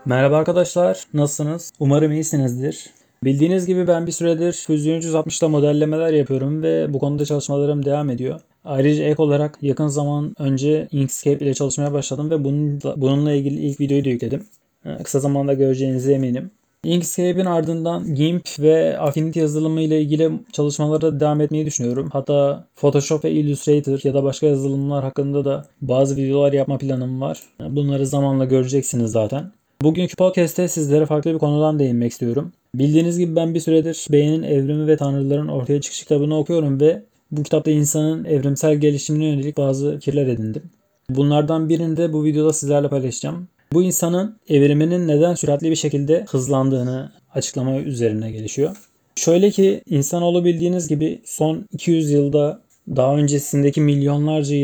Merhaba arkadaşlar, nasılsınız? Umarım iyisinizdir. Bildiğiniz gibi ben bir süredir Fusion 360'da modellemeler yapıyorum ve bu konuda çalışmalarım devam ediyor. Ayrıca ek olarak yakın zaman önce Inkscape ile çalışmaya başladım ve bununla ilgili ilk videoyu da yükledim. Kısa zamanda göreceğinize eminim. Inkscape'in ardından GIMP ve Affinity yazılımı ile ilgili çalışmalara devam etmeyi düşünüyorum. Hatta Photoshop ve Illustrator ya da başka yazılımlar hakkında da bazı videolar yapma planım var. Bunları zamanla göreceksiniz zaten. Bugünkü podcast'te sizlere farklı bir konudan değinmek istiyorum. Bildiğiniz gibi ben bir süredir Beynin Evrimi ve Tanrıların Ortaya Çıkışı kitabını okuyorum ve bu kitapta insanın evrimsel gelişimine yönelik bazı fikirler edindim. Bunlardan birini de bu videoda sizlerle paylaşacağım. Bu insanın evriminin neden süratli bir şekilde hızlandığını açıklama üzerine gelişiyor. Şöyle ki insanoğlu bildiğiniz gibi son 200 yılda daha öncesindeki milyonlarca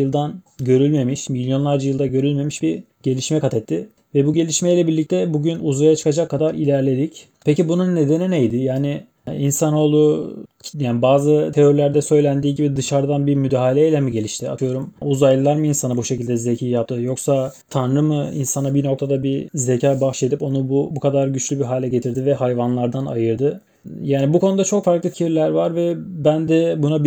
yılda görülmemiş bir gelişme kat etti. Ve bu gelişmeyle birlikte bugün uzaya çıkacak kadar ilerledik. Peki bunun nedeni neydi? Yani insanoğlu bazı teorilerde söylendiği gibi dışarıdan bir müdahaleyle mi gelişti? Atıyorum uzaylılar mı insanı bu şekilde zeki yaptı? Yoksa Tanrı mı insana bir noktada bir zeka bahşedip onu bu kadar güçlü bir hale getirdi ve hayvanlardan ayırdı? Yani bu konuda çok farklı fikirler var ve ben de buna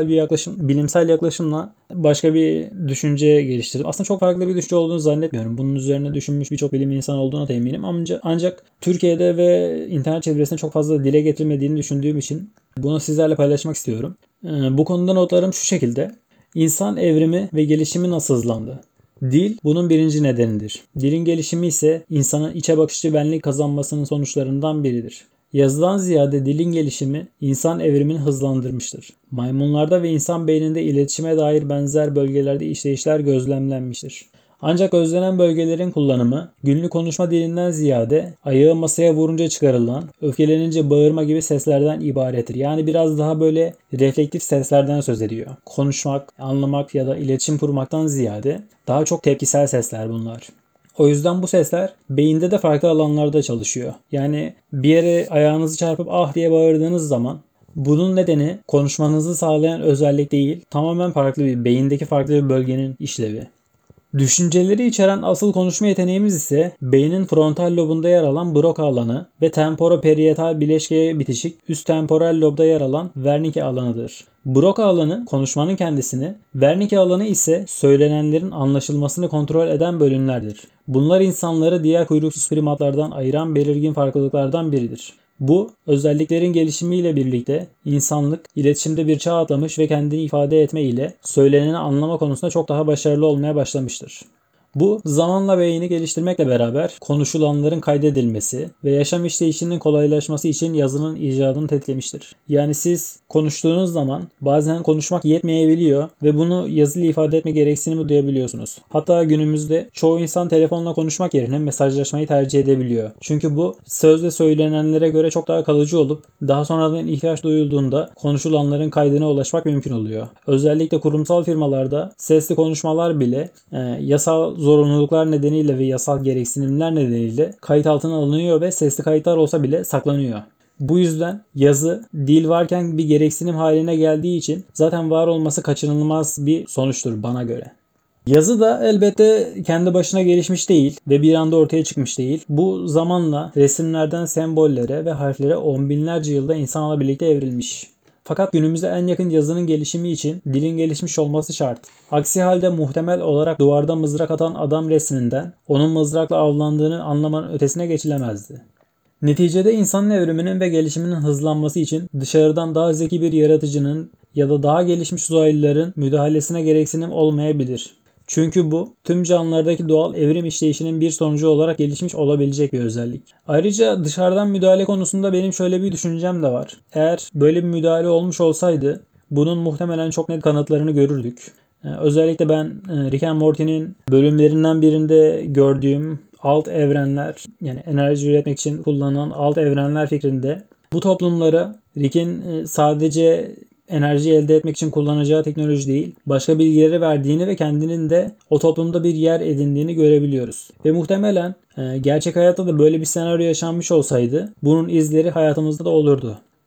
bilimsel yaklaşımla başka bir düşünce geliştirdim. Aslında çok farklı bir düşünce olduğunu zannetmiyorum. Bunun üzerine düşünmüş birçok bilim insanı olduğuna da eminim. Ancak Türkiye'de ve internet çevresinde çok fazla dile getirmediğini düşündüğüm için bunu sizlerle paylaşmak istiyorum. Bu konuda notlarım şu şekilde. İnsan evrimi ve gelişimi nasıl hızlandı? Dil bunun birinci nedenidir. Dilin gelişimi ise insanın içe bakışçı benlik kazanmasının sonuçlarından biridir. Yazıdan ziyade dilin gelişimi insan evrimini hızlandırmıştır. Maymunlarda ve insan beyninde iletişime dair benzer bölgelerde işleyişler gözlemlenmiştir. Ancak gözlenen bölgelerin kullanımı günlük konuşma dilinden ziyade ayağı masaya vurunca çıkarılan, öfkelenince bağırma gibi seslerden ibarettir. Yani biraz daha böyle reflektif seslerden söz ediyor. Konuşmak, anlamak ya da iletişim kurmaktan ziyade daha çok tepkisel sesler bunlar. O yüzden bu sesler beyinde de farklı alanlarda çalışıyor. Yani bir yere ayağınızı çarpıp ah diye bağırdığınız zaman bunun nedeni konuşmanızı sağlayan özellik değil, tamamen farklı beyindeki farklı bir bölgenin işlevi. Düşünceleri içeren asıl konuşma yeteneğimiz ise beynin frontal lobunda yer alan Broca alanı ve temporoparietal bileşkeye bitişik üst temporal lobda yer alan Wernicke alanıdır. Broca alanı konuşmanın kendisini, Wernicke alanı ise söylenenlerin anlaşılmasını kontrol eden bölümlerdir. Bunlar insanları diğer kuyruksuz primatlardan ayıran belirgin farklılıklardan biridir. Bu özelliklerin gelişimiyle birlikte insanlık iletişimde bir çağ atlamış ve kendini ifade etme ile söyleneni anlama konusunda çok daha başarılı olmaya başlamıştır. Bu zamanla beyni geliştirmekle beraber konuşulanların kaydedilmesi ve yaşam işleyişinin kolaylaşması için yazının icadını tetiklemiştir. Yani siz konuştuğunuz zaman bazen konuşmak yetmeyebiliyor ve bunu yazılı ifade etme gereksinimi duyabiliyorsunuz. Hatta günümüzde çoğu insan telefonla konuşmak yerine mesajlaşmayı tercih edebiliyor. Çünkü bu sözle söylenenlere göre çok daha kalıcı olup daha sonradan ihtiyaç duyulduğunda konuşulanların kaydına ulaşmak mümkün oluyor. Özellikle kurumsal firmalarda sesli konuşmalar bile yasal zorunluluklar nedeniyle ve yasal gereksinimler nedeniyle kayıt altına alınıyor ve sesli kayıtlar olsa bile saklanıyor. Bu yüzden yazı dil varken bir gereksinim haline geldiği için zaten var olması kaçınılmaz bir sonuçtur bana göre. Yazı da elbette kendi başına gelişmiş değil ve bir anda ortaya çıkmış değil. Bu zamanla resimlerden sembollere ve harflere on binlerce yılda insanla birlikte evrilmiş. Fakat günümüze en yakın yazının gelişimi için dilin gelişmiş olması şart. Aksi halde muhtemel olarak duvarda mızrak atan adam resminden onun mızrakla avlandığını anlamanın ötesine geçilemezdi. Neticede insanın evriminin ve gelişiminin hızlanması için dışarıdan daha zeki bir yaratıcının ya da daha gelişmiş uzaylıların müdahalesine gereksinim olmayabilir. Çünkü bu tüm canlılardaki doğal evrim işleyişinin bir sonucu olarak gelişmiş olabilecek bir özellik. Ayrıca dışarıdan müdahale konusunda benim şöyle bir düşüncem de var. Eğer böyle bir müdahale olmuş olsaydı bunun muhtemelen çok net kanıtlarını görürdük. Özellikle ben Rick and Morty'nin bölümlerinden birinde gördüğüm alt evrenler, yani enerji üretmek için kullanılan alt evrenler fikrinde bu toplumlara Rick'in sadece enerji elde etmek için kullanacağı teknoloji değil, başka bilgileri verdiğini ve kendinin de o toplumda bir yer edindiğini görebiliyoruz. Ve muhtemelen gerçek hayatta da böyle bir senaryo yaşanmış olsaydı bunun izleri hayatımızda da olurdu.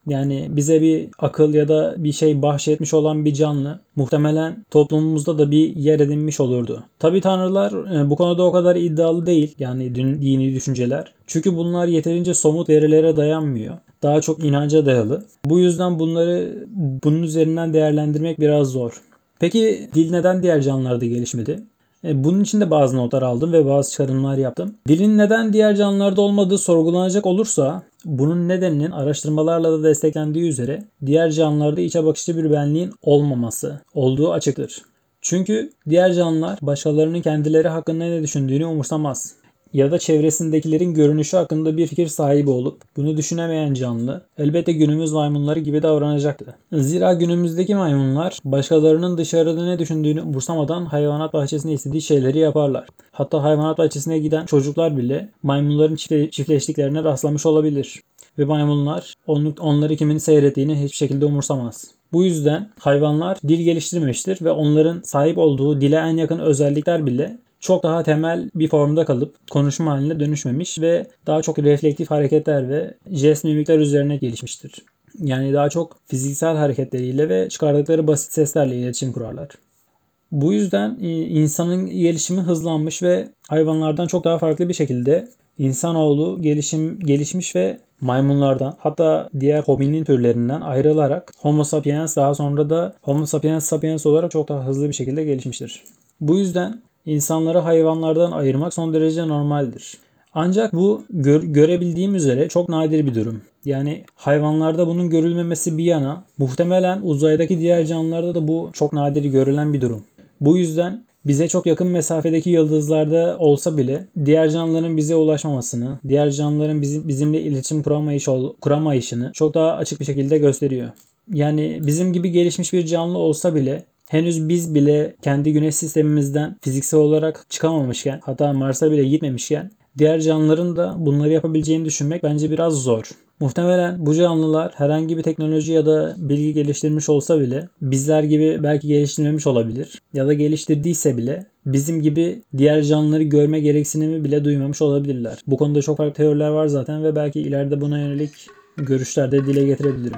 Yani bize bir akıl ya da bir şey bahşetmiş olan bir canlı muhtemelen toplumumuzda da bir yer edinmiş olurdu. Tabii tanrılar bu konuda o kadar iddialı değil, yani dini düşünceler. Çünkü bunlar yeterince somut verilere dayanmıyor. Daha çok inanca dayalı. Bu yüzden bunun üzerinden değerlendirmek biraz zor. Peki dil neden diğer canlılarda gelişmedi? Bunun için de bazı notlar aldım ve bazı çıkarımlar yaptım. Dilin neden diğer canlılarda olmadığı sorgulanacak olursa bunun nedeninin araştırmalarla da desteklendiği üzere diğer canlılarda içe bakışlı bir benliğin olmaması olduğu açıktır. Çünkü diğer canlılar başkalarının kendileri hakkında ne düşündüğünü umursamaz. Ya da çevresindekilerin görünüşü hakkında bir fikir sahibi olup bunu düşünemeyen canlı elbette günümüz maymunları gibi davranacaktı. Zira günümüzdeki maymunlar başkalarının dışarıda ne düşündüğünü umursamadan hayvanat bahçesinde istediği şeyleri yaparlar. Hatta hayvanat bahçesine giden çocuklar bile maymunların çiftleştiklerine rastlamış olabilir. Ve maymunlar onları kimin seyrettiğini hiçbir şekilde umursamaz. Bu yüzden hayvanlar dil geliştirmemiştir ve onların sahip olduğu dile en yakın özellikler bile çok daha temel bir formda kalıp konuşma haline dönüşmemiş ve daha çok reflektif hareketler ve jest mimikler üzerine gelişmiştir. Yani daha çok fiziksel hareketleriyle ve çıkardıkları basit seslerle iletişim kurarlar. Bu yüzden insanın gelişimi hızlanmış ve hayvanlardan çok daha farklı bir şekilde insanoğlu gelişmiş ve maymunlardan, hatta diğer hominin türlerinden ayrılarak Homo sapiens, daha sonra da Homo sapiens sapiens olarak çok daha hızlı bir şekilde gelişmiştir. Bu yüzden insanları hayvanlardan ayırmak son derece normaldir. Ancak bu görebildiğim üzere çok nadir bir durum. Yani hayvanlarda bunun görülmemesi bir yana, muhtemelen uzaydaki diğer canlılarda da bu çok nadir görülen bir durum. Bu yüzden bize çok yakın mesafedeki yıldızlarda olsa bile diğer canlıların bize ulaşmamasını, diğer canlıların bizimle iletişim kuramayışını çok daha açık bir şekilde gösteriyor. Yani bizim gibi gelişmiş bir canlı olsa bile henüz biz bile kendi güneş sistemimizden fiziksel olarak çıkamamışken, hatta Mars'a bile gitmemişken diğer canlıların da bunları yapabileceğini düşünmek bence biraz zor. Muhtemelen bu canlılar herhangi bir teknoloji ya da bilgi geliştirmiş olsa bile bizler gibi belki geliştirmemiş olabilir. Ya da geliştirdiyse bile bizim gibi diğer canlıları görme gereksinimi bile duymamış olabilirler. Bu konuda çok farklı teoriler var zaten ve belki ileride buna yönelik görüşler de dile getirebilirim.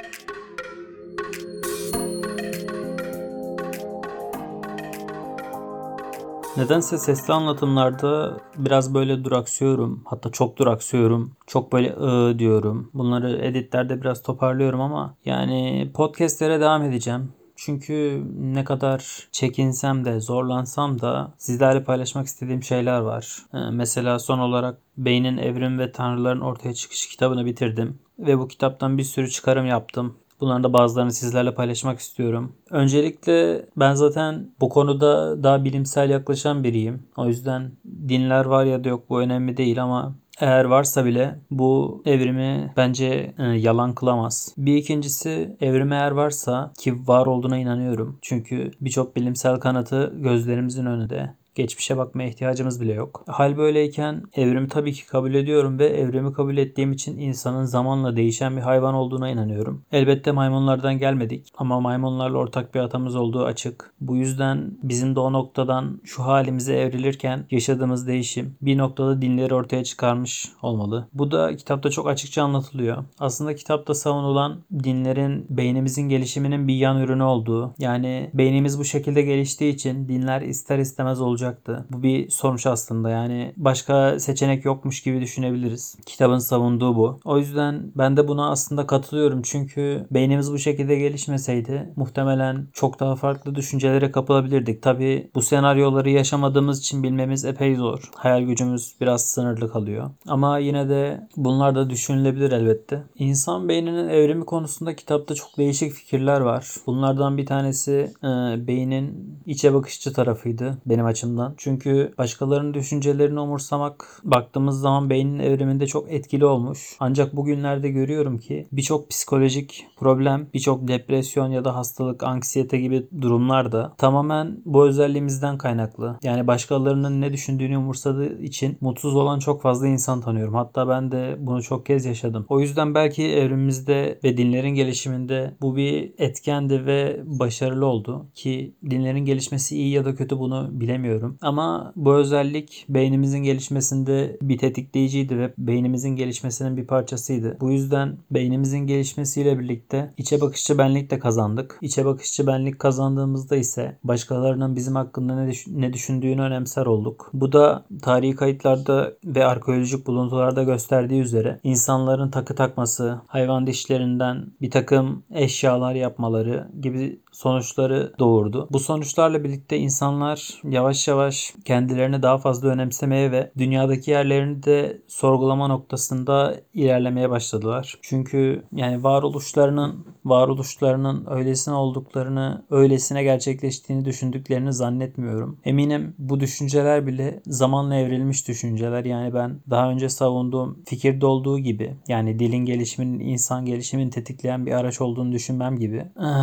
Nedense sesli anlatımlarda biraz böyle duraksıyorum. Hatta çok duraksıyorum. Çok böyle diyorum. Bunları editlerde biraz toparlıyorum ama yani podcastlere devam edeceğim. Çünkü ne kadar çekinsem de zorlansam da sizlerle paylaşmak istediğim şeyler var. Mesela son olarak Beynin Evrim ve Tanrıların Ortaya Çıkışı kitabını bitirdim. Ve bu kitaptan bir sürü çıkarım yaptım. Bunların da bazılarını sizlerle paylaşmak istiyorum. Öncelikle ben zaten bu konuda daha bilimsel yaklaşan biriyim. O yüzden dinler var ya da yok bu önemli değil ama eğer varsa bile bu evrimi bence yalan kılamaz. Bir ikincisi, evrim eğer varsa, ki var olduğuna inanıyorum. Çünkü birçok bilimsel kanıtı gözlerimizin önünde. Geçmişe bakmaya ihtiyacımız bile yok. Hal böyleyken evrimi tabii ki kabul ediyorum ve evrimi kabul ettiğim için insanın zamanla değişen bir hayvan olduğuna inanıyorum. Elbette maymunlardan gelmedik ama maymunlarla ortak bir atamız olduğu açık. Bu yüzden bizim de o noktadan şu halimize evrilirken yaşadığımız değişim bir noktada dinleri ortaya çıkarmış olmalı. Bu da kitapta çok açıkça anlatılıyor. Aslında kitapta savunulan dinlerin beynimizin gelişiminin bir yan ürünü olduğu, yani beynimiz bu şekilde geliştiği için dinler ister istemez olacaktı. Bu bir sonuç aslında, yani başka seçenek yokmuş gibi düşünebiliriz. Kitabın savunduğu bu. O yüzden ben de buna aslında katılıyorum, çünkü beynimiz bu şekilde gelişmeseydi muhtemelen çok daha farklı düşüncelere kapılabilirdik. Tabii bu senaryoları yaşamadığımız için bilmemiz epey zor. Hayal gücümüz biraz sınırlı kalıyor. Ama yine de bunlar da düşünülebilir elbette. İnsan beyninin evrimi konusunda kitapta çok değişik fikirler var. Bunlardan bir tanesi beynin içe bakışçı tarafıydı benim açımdan. Çünkü başkalarının düşüncelerini umursamak baktığımız zaman beynin evriminde çok etkili olmuş. Ancak bugünlerde görüyorum ki birçok psikolojik problem, birçok depresyon ya da hastalık, anksiyete gibi durumlar da tamamen bu özelliğimizden kaynaklı. Yani başkalarının ne düşündüğünü umursadığı için mutsuz olan çok fazla insan tanıyorum. Hatta ben de bunu çok kez yaşadım. O yüzden belki evrimimizde ve dinlerin gelişiminde bu bir etkendi ve başarılı oldu ki dinlerin gelişmesi iyi ya da kötü bunu bilemiyorum. düşünüyorum. Ama bu özellik beynimizin gelişmesinde bir tetikleyiciydi ve beynimizin gelişmesinin bir parçasıydı. Bu yüzden beynimizin gelişmesiyle birlikte içe bakışçı benlik de kazandık. İçe bakışçı benlik kazandığımızda ise başkalarının bizim hakkında ne düşündüğünü önemser olduk. Bu da tarihi kayıtlarda ve arkeolojik buluntularda gösterdiği üzere insanların takı takması, hayvan dişlerinden bir takım eşyalar yapmaları gibi sonuçları doğurdu. Bu sonuçlarla birlikte insanlar yavaş yavaş kendilerini daha fazla önemsemeye ve dünyadaki yerlerini de sorgulama noktasında ilerlemeye başladılar. Çünkü yani varoluşlarının öylesine olduklarını, öylesine gerçekleştiğini düşündüklerini zannetmiyorum. Eminim bu düşünceler bile zamanla evrilmiş düşünceler. Yani ben daha önce savunduğum fikirde olduğu gibi, yani dilin gelişiminin insan gelişimini tetikleyen bir araç olduğunu düşünmem gibi.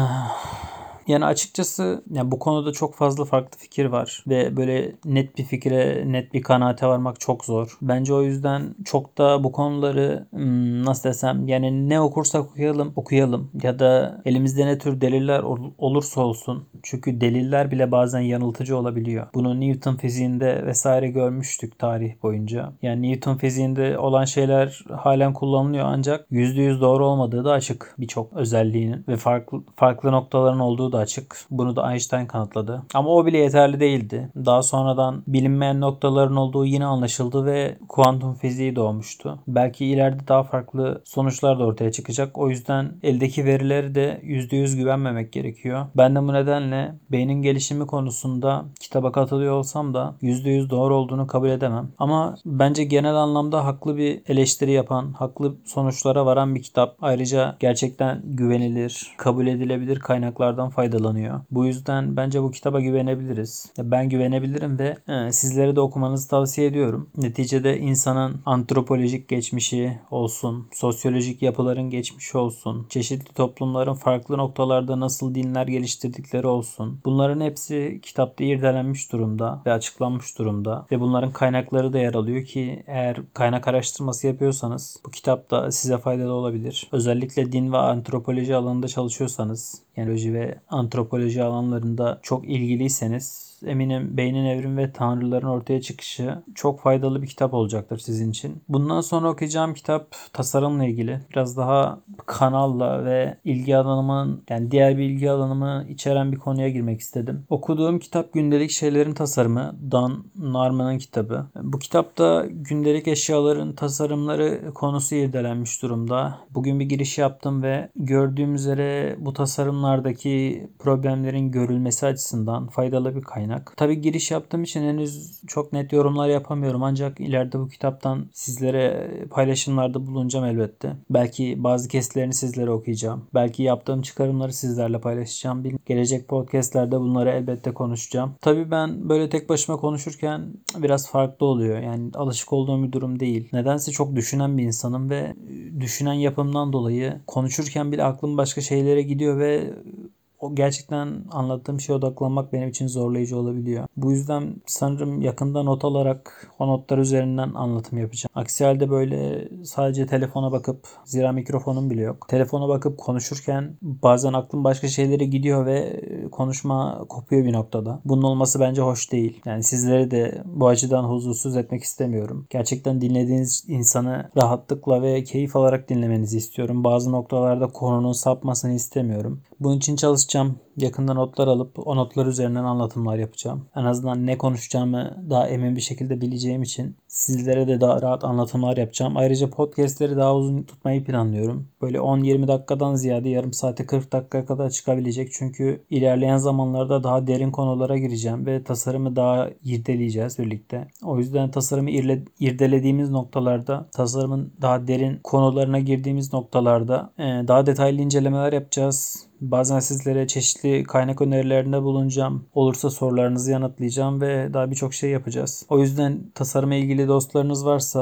Yani açıkçası yani bu konuda çok fazla farklı fikir var ve böyle net bir fikre, net bir kanaate varmak çok zor. Bence o yüzden çok da bu konuları nasıl desem, yani ne okursak okuyalım ya da elimizde ne tür deliller olursa olsun. Çünkü deliller bile bazen yanıltıcı olabiliyor. Bunu Newton fiziğinde vesaire görmüştük tarih boyunca. Yani Newton fiziğinde olan şeyler halen kullanılıyor ancak %100 doğru olmadığı da açık birçok özelliğinin ve farklı noktaların olduğu da açık. Bunu da Einstein kanıtladı. Ama o bile yeterli değildi. Daha sonradan bilinmeyen noktaların olduğu yine anlaşıldı ve kuantum fiziği doğmuştu. Belki ileride daha farklı sonuçlar da ortaya çıkacak. O yüzden eldeki verileri de %100 güvenmemek gerekiyor. Ben de bu nedenle beynin gelişimi konusunda kitaba katılıyor olsam da %100 doğru olduğunu kabul edemem. Ama bence genel anlamda haklı bir eleştiri yapan, haklı sonuçlara varan bir kitap. Ayrıca gerçekten güvenilir, kabul edilebilir kaynaklardan faydalanıyor. Bu yüzden bence bu kitaba güvenebiliriz. Ben güvenebilirim ve sizlere de okumanızı tavsiye ediyorum. Neticede insanın antropolojik geçmişi olsun, sosyolojik yapıların geçmişi olsun, çeşitli toplumların farklı noktalarda nasıl dinler geliştirdikleri olsun. Bunların hepsi kitapta irdelenmiş durumda ve açıklanmış durumda ve bunların kaynakları da yer alıyor ki eğer kaynak araştırması yapıyorsanız bu kitap da size faydalı olabilir. Özellikle din ve antropoloji alanında çalışıyorsanız, genealoji ve antropoloji alanlarında çok ilgiliyseniz eminim Beynin Evrimi ve Tanrıların Ortaya Çıkışı çok faydalı bir kitap olacaktır sizin için. Bundan sonra okuyacağım kitap tasarımla ilgili. Biraz daha kanalla ve ilgi alanımın, yani diğer bir ilgi alanımı içeren bir konuya girmek istedim. Okuduğum kitap Gündelik Şeylerin Tasarımı, Dan Norman'ın kitabı. Bu kitapta gündelik eşyaların tasarımları konusu irdelenmiş durumda. Bugün bir giriş yaptım ve gördüğüm üzere bu tasarımlardaki problemlerin görülmesi açısından faydalı bir kaynak. Tabii giriş yaptığım için henüz çok net yorumlar yapamıyorum ancak ileride bu kitaptan sizlere paylaşımlarda bulunacağım elbette. Belki bazı kesitlerini sizlere okuyacağım. Belki yaptığım çıkarımları sizlerle paylaşacağım. Gelecek podcastlerde bunları elbette konuşacağım. Tabii ben böyle tek başıma konuşurken biraz farklı oluyor. Yani alışık olduğum bir durum değil. Nedense çok düşünen bir insanım ve düşünen yapımdan dolayı konuşurken bile aklım başka şeylere gidiyor ve o gerçekten anlattığım şeye odaklanmak benim için zorlayıcı olabiliyor. Bu yüzden sanırım yakında not alarak o notlar üzerinden anlatım yapacağım. Aksi halde böyle sadece telefona bakıp, zira mikrofonum bile yok, telefona bakıp konuşurken bazen aklım başka şeylere gidiyor ve konuşma kopuyor bir noktada. Bunun olması bence hoş değil. Yani sizleri de bu açıdan huzursuz etmek istemiyorum. Gerçekten dinlediğiniz insanı rahatlıkla ve keyif alarak dinlemenizi istiyorum. Bazı noktalarda konunun sapmasını istemiyorum. Bunun için çalışacağım. Yakında notlar alıp o notlar üzerinden anlatımlar yapacağım. En azından ne konuşacağımı daha emin bir şekilde bileceğim için sizlere de daha rahat anlatımlar yapacağım. Ayrıca podcastleri daha uzun tutmayı planlıyorum. Böyle 10-20 dakikadan ziyade yarım saate 40 dakikaya kadar çıkabilecek. Çünkü ilerleyen zamanlarda daha derin konulara gireceğim ve tasarımı daha irdeleyeceğiz birlikte. O yüzden tasarımı irdelediğimiz noktalarda, tasarımın daha derin konularına girdiğimiz noktalarda daha detaylı incelemeler yapacağız. Bazen sizlere çeşitli kaynak önerilerinde bulunacağım. Olursa sorularınızı yanıtlayacağım ve daha birçok şey yapacağız. O yüzden tasarıma ilgili dostlarınız varsa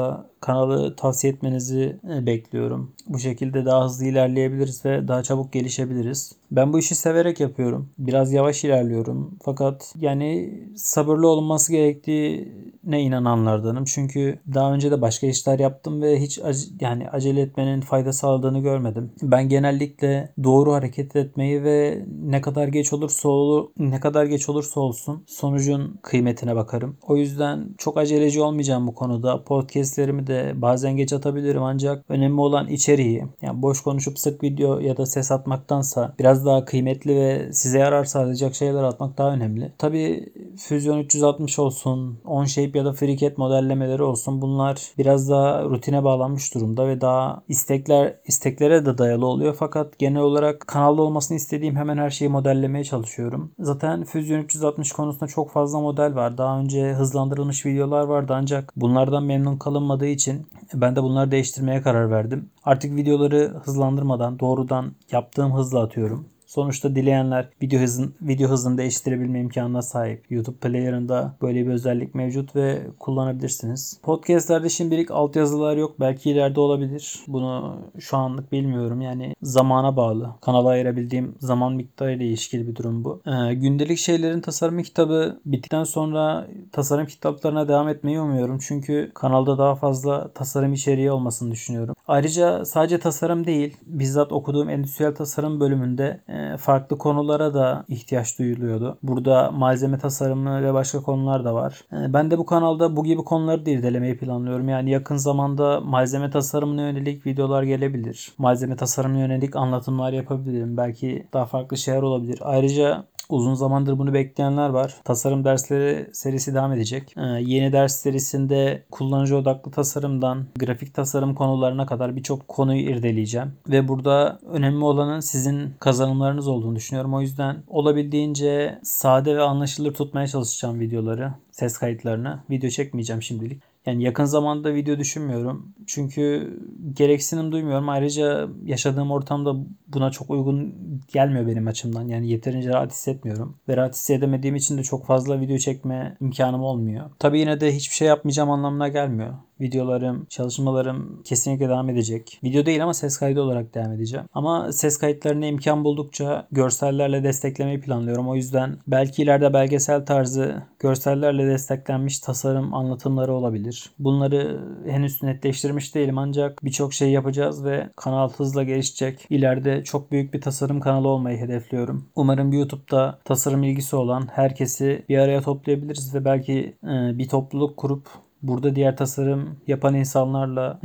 kanalı tavsiye etmenizi bekliyorum. Bu şekilde daha hızlı ilerleyebiliriz ve daha çabuk gelişebiliriz. Ben bu işi severek yapıyorum. Biraz yavaş ilerliyorum. Fakat yani sabırlı olunması gerektiğine inananlardanım. Çünkü daha önce de başka işler yaptım ve hiç yani acele etmenin fayda sağladığını görmedim. Ben genellikle doğru hareket etmeyi ve ne kadar geç olursa olsun sonucun kıymetine bakarım. O yüzden çok aceleci olmayacağım bu konuda. Podcast'lerimi de bazen geç atabilirim ancak önemli olan içeriği. Yani boş konuşup sık video ya da ses atmaktansa biraz daha kıymetli ve size yarar sağlayacak şeyler atmak daha önemli. Tabii Fusion 360 olsun, Onshape ya da FreeCAD modellemeleri olsun, bunlar biraz daha rutine bağlanmış durumda ve daha isteklere de dayalı oluyor. Fakat genel olarak kanalda olmasını istediğim hemen her şeyi modellemeye çalışıyorum. Zaten Fusion 360 konusunda çok fazla model var. Daha önce hızlandırılmış videolar vardı ancak bunlardan memnun kalınmadığı için ben de bunları değiştirmeye karar verdim. Artık videoları hızlandırmadan doğrudan yaptığım hızla atıyorum. Sonuçta dileyenler video hızını değiştirebilme imkanına sahip. YouTube Player'ında böyle bir özellik mevcut ve kullanabilirsiniz. Podcast'lerde şimdilik altyazılar yok. Belki ileride olabilir. Bunu şu anlık bilmiyorum. Yani zamana bağlı. Kanala ayırabildiğim zaman miktarıyla ilişkili bir durum bu. Gündelik şeylerin tasarım kitabı bittikten sonra tasarım kitaplarına devam etmeyi umuyorum. Çünkü kanalda daha fazla tasarım içeriği olmasını düşünüyorum. Ayrıca sadece tasarım değil, bizzat okuduğum endüstriyel tasarım bölümünde farklı konulara da ihtiyaç duyuluyordu. Burada malzeme tasarımı ve başka konular da var. Ben de bu kanalda bu gibi konuları da irdelemeyi planlıyorum. Yani yakın zamanda malzeme tasarımına yönelik videolar gelebilir. Malzeme tasarımına yönelik anlatımlar yapabilirim. Belki daha farklı şeyler olabilir. Ayrıca uzun zamandır bunu bekleyenler var. Tasarım dersleri serisi devam edecek. Yeni ders serisinde kullanıcı odaklı tasarımdan grafik tasarım konularına kadar birçok konuyu irdeleyeceğim. Ve burada önemli olanın sizin kazanımlarınız olduğunu düşünüyorum. O yüzden olabildiğince sade ve anlaşılır tutmaya çalışacağım videoları, ses kayıtlarını. Video çekmeyeceğim şimdilik. Yani yakın zamanda video düşünmüyorum. Çünkü gereksinim duymuyorum. Ayrıca yaşadığım ortamda buna çok uygun gelmiyor benim açımdan. Yani yeterince rahat hissetmiyorum. Ve rahat hissedemediğim için de çok fazla video çekme imkanım olmuyor. Tabii yine de hiçbir şey yapmayacağım anlamına gelmiyor. Videolarım, çalışmalarım kesinlikle devam edecek. Video değil ama ses kaydı olarak devam edeceğim. Ama ses kayıtlarını imkan buldukça görsellerle desteklemeyi planlıyorum. O yüzden belki ileride belgesel tarzı görsellerle desteklenmiş tasarım anlatımları olabilir. Bunları henüz netleştirmiş değilim ancak birçok şey yapacağız ve kanal hızla gelişecek. İleride çok büyük bir tasarım kanalı olmayı hedefliyorum. Umarım YouTube'da tasarım ilgisi olan herkesi bir araya toplayabiliriz ve belki bir topluluk kurup burada diğer tasarım yapan insanlarla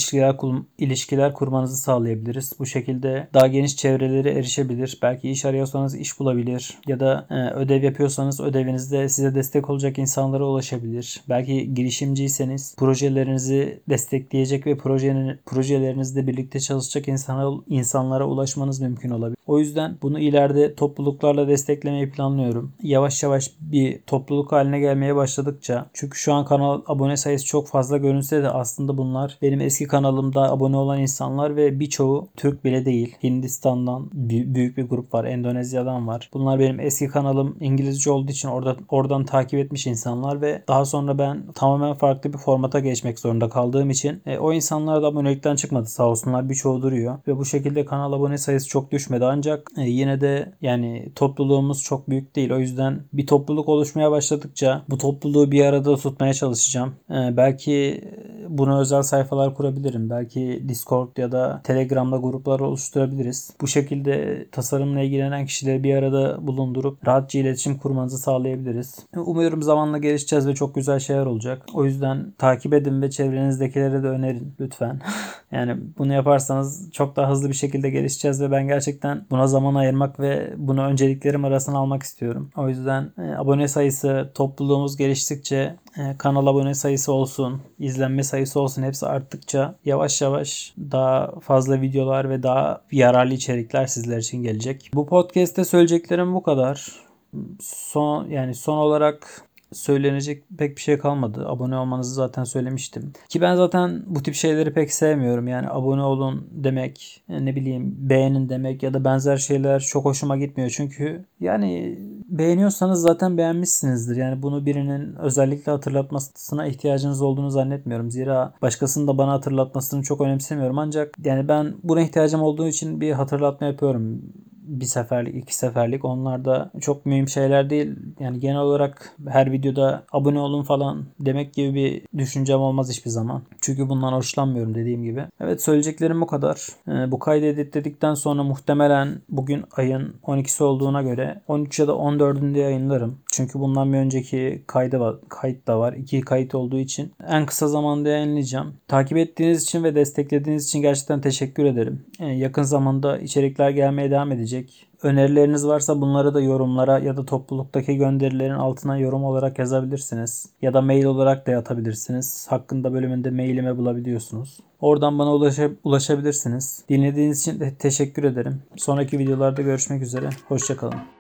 ilişkiler kurmanızı sağlayabiliriz. Bu şekilde daha geniş çevrelere erişebilir. Belki iş arıyorsanız iş bulabilir. Ya da ödev yapıyorsanız ödevinizde size destek olacak insanlara ulaşabilir. Belki girişimciyseniz projelerinizi destekleyecek ve projelerinizde birlikte çalışacak insanlara ulaşmanız mümkün olabilir. O yüzden bunu ileride topluluklarla desteklemeyi planlıyorum. Yavaş yavaş bir topluluk haline gelmeye başladıkça, çünkü şu an kanal abone sayısı çok fazla görünse de aslında bunlar benim eski kanalımda abone olan insanlar ve birçoğu Türk bile değil. Hindistan'dan büyük bir grup var. Endonezya'dan var. Bunlar benim eski kanalım İngilizce olduğu için oradan takip etmiş insanlar ve daha sonra ben tamamen farklı bir formata geçmek zorunda kaldığım için o insanlar da abonelikten çıkmadı. Sağ olsunlar, birçoğu duruyor ve bu şekilde kanal abone sayısı çok düşmedi ancak yine de yani topluluğumuz çok büyük değil. O yüzden bir topluluk oluşmaya başladıkça bu topluluğu bir arada tutmaya çalışacağım. Belki buna özel sayfalar kurabilirim. Belki Discord ya da Telegram'da gruplar oluşturabiliriz. Bu şekilde tasarımla ilgilenen kişileri bir arada bulundurup rahatça iletişim kurmanızı sağlayabiliriz. Umuyorum zamanla gelişeceğiz ve çok güzel şeyler olacak. O yüzden takip edin ve çevrenizdekilere de önerin lütfen. Yani bunu yaparsanız çok daha hızlı bir şekilde gelişeceğiz ve ben gerçekten buna zaman ayırmak ve bunu önceliklerim arasına almak istiyorum. O yüzden abone sayısı, topluluğumuz geliştikçe kanal abone sayısı olsun, izlenme sayısı olsun, hepsi arttıkça yavaş yavaş daha fazla videolar ve daha yararlı içerikler sizler için gelecek. Bu podcast'te söyleyeceklerim bu kadar. Son olarak söylenecek pek bir şey kalmadı. Abone olmanızı zaten söylemiştim. Ki ben zaten bu tip şeyleri pek sevmiyorum. Yani abone olun demek, ne bileyim beğenin demek ya da benzer şeyler çok hoşuma gitmiyor. Çünkü yani beğeniyorsanız zaten beğenmişsinizdir. Yani bunu birinin özellikle hatırlatmasına ihtiyacınız olduğunu zannetmiyorum. Zira başkasının da bana hatırlatmasını çok önemsemiyorum. Ancak yani ben buna ihtiyacım olduğu için bir hatırlatma yapıyorum. Bir seferlik, iki seferlik. Onlar da çok mühim şeyler değil. Yani genel olarak her videoda abone olun falan demek gibi bir düşüncem olmaz hiçbir zaman. Çünkü bundan hoşlanmıyorum dediğim gibi. Evet, söyleyeceklerim bu kadar. Bu kaydı editledikten sonra muhtemelen bugün ayın 12'si olduğuna göre 13 ya da 14'ünde yayınlarım. Çünkü bundan bir önceki kayıt da var. İki kayıt olduğu için en kısa zamanda yayınlayacağım. Takip ettiğiniz için ve desteklediğiniz için gerçekten teşekkür ederim. Yakın zamanda içerikler gelmeye devam edecek. Önerileriniz varsa bunları da yorumlara ya da topluluktaki gönderilerin altına yorum olarak yazabilirsiniz. Ya da mail olarak da atabilirsiniz. Hakkında bölümünde mailime bulabiliyorsunuz. Oradan bana ulaşabilirsiniz. Dinlediğiniz için de teşekkür ederim. Sonraki videolarda görüşmek üzere. Hoşça kalın.